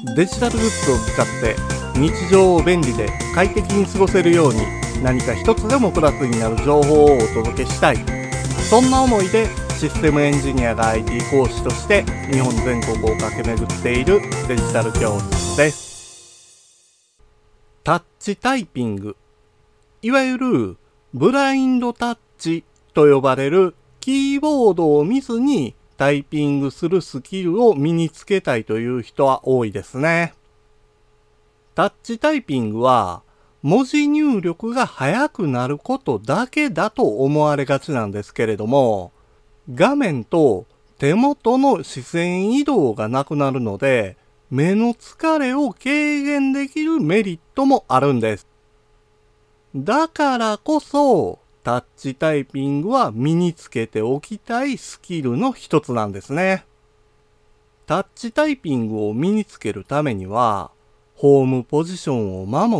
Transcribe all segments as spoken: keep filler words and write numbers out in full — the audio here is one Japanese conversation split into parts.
デジタルグッズを使って日常を便利で快適に過ごせるように何か一つでもプラスになる情報をお届けしたい。そんな思いでシステムエンジニアが アイティー 講師として日本全国を駆け巡っているデジタル教室です。タッチタイピング、いわゆるブラインドタッチと呼ばれるキーボードを見ずにタイピングするスキルを身につけたいという人は多いですね。タッチタイピングは文字入力が速くなることだけだと思われがちなんですけれども、画面と手元の視線移動がなくなるので、目の疲れを軽減できるメリットもあるんです。だからこそ、タッチタイピングは身につけておきたいスキルの一つなんですね。タッチタイピングを身につけるためには、ホームポジションを守って、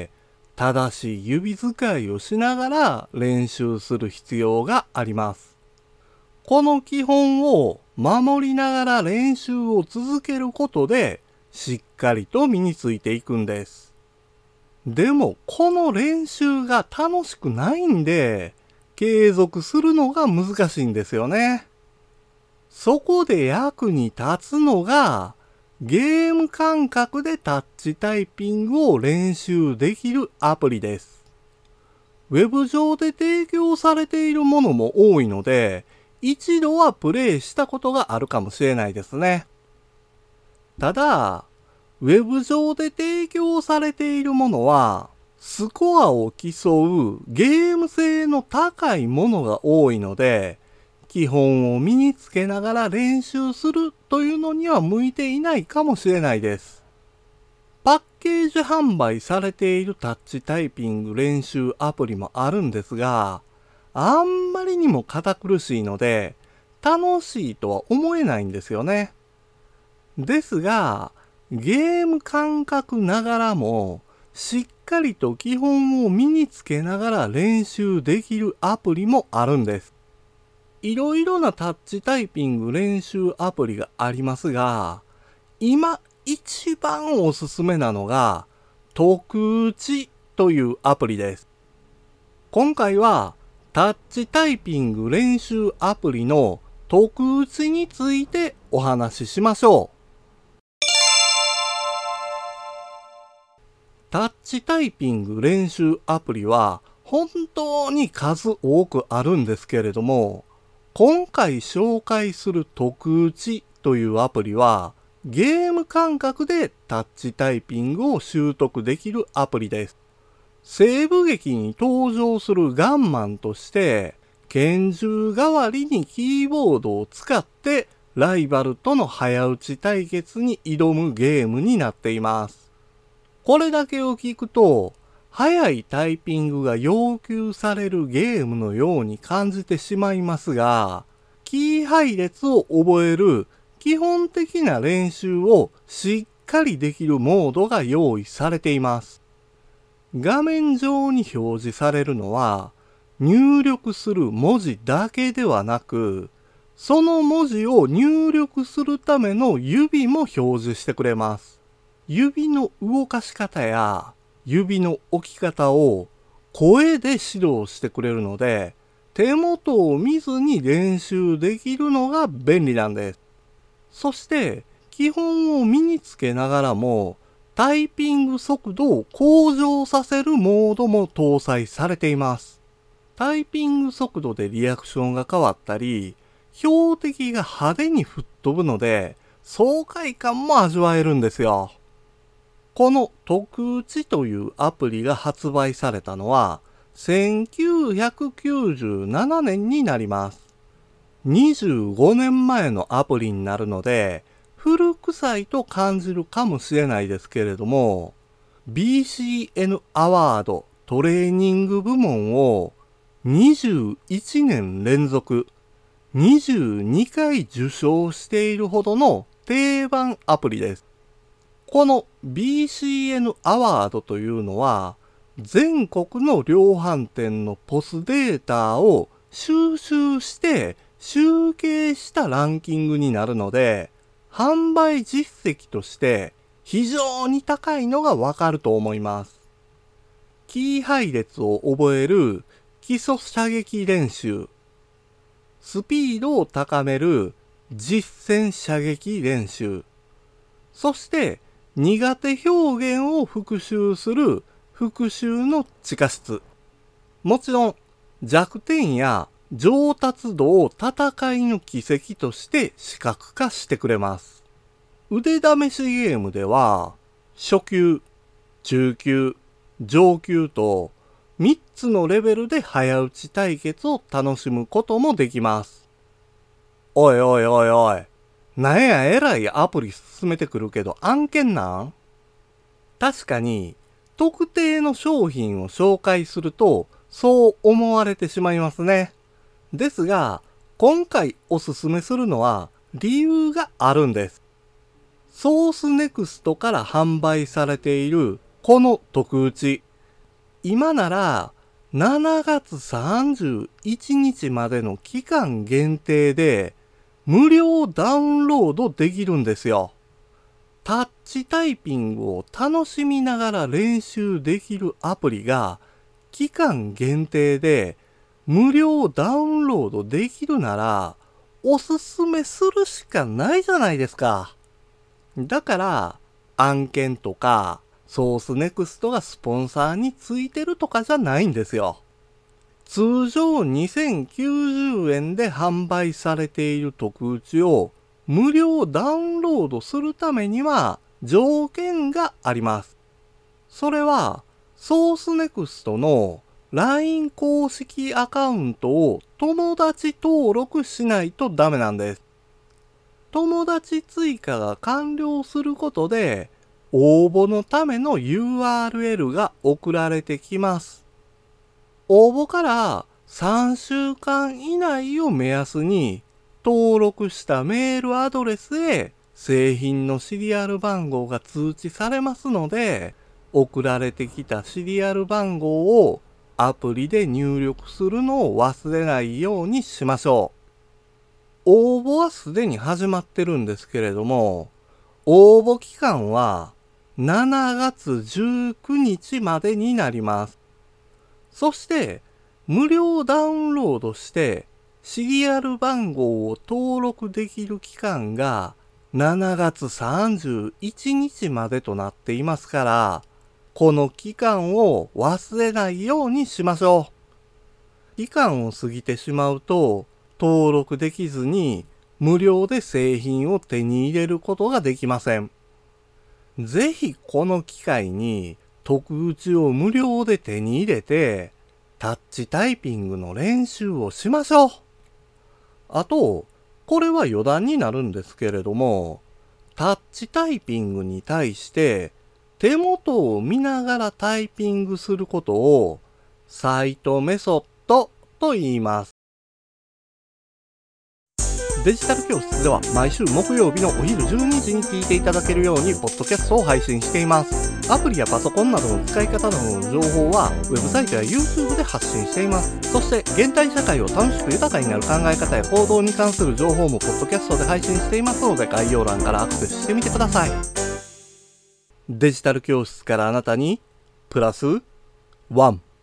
正しい指使いをしながら練習する必要があります。この基本を守りながら練習を続けることで、しっかりと身についていくんです。でも、この練習が楽しくないんで、継続するのが難しいんですよね。そこで役に立つのが、ゲーム感覚でタッチタイピングを練習できるアプリです。ウェブ上で提供されているものも多いので、一度はプレイしたことがあるかもしれないですね。ただ、ウェブ上で提供されているものは、スコアを競うゲーム性の高いものが多いので、基本を身につけながら練習するというのには向いていないかもしれないです。パッケージ販売されているタッチタイピング練習アプリもあるんですが、あんまりにも堅苦しいので、楽しいとは思えないんですよね。ですが、ゲーム感覚ながらも、しっかりと基本を身につけながら練習できるアプリもあるんです。いろいろなタッチタイピング練習アプリがありますが、今一番おすすめなのが、徳打ちというアプリです。今回は、タッチタイピング練習アプリの徳打ちについてお話ししましょう。タッチタイピング練習アプリは本当に数多くあるんですけれども、今回紹介する徳打ちというアプリはゲーム感覚でタッチタイピングを習得できるアプリです。西部劇に登場するガンマンとして拳銃代わりにキーボードを使ってライバルとの早打ち対決に挑むゲームになっています。これだけを聞くと、速いタイピングが要求されるゲームのように感じてしまいますが、キー配列を覚える基本的な練習をしっかりできるモードが用意されています。画面上に表示されるのは、入力する文字だけではなく、その文字を入力するための指も表示してくれます。指の動かし方や指の置き方を声で指導してくれるので、手元を見ずに練習できるのが便利なんです。そして基本を身につけながらもタイピング速度を向上させるモードも搭載されています。タイピング速度でリアクションが変わったり、標的が派手に吹っ飛ぶので爽快感も味わえるんですよ。この徳打ちというアプリが発売されたのはせんきゅうひゃくきゅうじゅうななねんになります。にじゅうごねんまえのアプリになるので古臭いと感じるかもしれないですけれども、ビーシーエヌ アワードトレーニング部門をにじゅういちねん連続にじゅうにかい受賞しているほどの定番アプリです。この ビーシーエヌ アワードというのは全国の量販店のポスデータを収集して集計したランキングになるので、販売実績として非常に高いのがわかると思います。キー配列を覚える基礎射撃練習、スピードを高める実践射撃練習、そして苦手表現を復習する復習の地下室。もちろん弱点や上達度を戦いの軌跡として視覚化してくれます。腕試しゲームでは初級、中級、上級とみっつのレベルで早打ち対決を楽しむこともできます。おいおいおいおい、なんやえらいアプリ進めてくるけど案件なん？確かに特定の商品を紹介するとそう思われてしまいますね。ですが今回おすすめするのは理由があるんです。ソースネクストから販売されているこの特打ち、今ならしちがつさんじゅういちにちまでの期間限定で無料ダウンロードできるんですよ。タッチタイピングを楽しみながら練習できるアプリが期間限定で無料ダウンロードできるならおすすめするしかないじゃないですか。だから案件とかソースネクストがスポンサーについてるとかじゃないんですよ。通常にせんきゅうじゅうえんで販売されている特打ちを無料ダウンロードするためには条件があります。それはソースネクストの ライン 公式アカウントを友達登録しないとダメなんです。友達追加が完了することで応募のための ユーアールエル が送られてきます。応募からさんしゅうかん以内を目安に登録したメールアドレスへ製品のシリアル番号が通知されますので、送られてきたシリアル番号をアプリで入力するのを忘れないようにしましょう。応募はすでに始まってるんですけれども、応募期間はしちがつじゅうくにちまでになります。そして無料ダウンロードしてシリアル番号を登録できる期間がしちがつさんじゅういちにちまでとなっていますから、この期間を忘れないようにしましょう。期間を過ぎてしまうと登録できずに無料で製品を手に入れることができません。ぜひこの機会に特打ちを無料で手に入れてタッチタイピングの練習をしましょう。あと、これは余談になるんですけれども、タッチタイピングに対して手元を見ながらタイピングすることをサイトメソッドと言います。デジタル教室では毎週木曜日のお昼じゅうにじに聞いていただけるようにポッドキャストを配信しています。アプリやパソコンなどの使い方などの情報はウェブサイトや YouTube で発信しています。そして現代社会を楽しく豊かになる考え方や行動に関する情報もポッドキャストで配信していますので、概要欄からアクセスしてみてください。デジタル教室からあなたにプラスワン。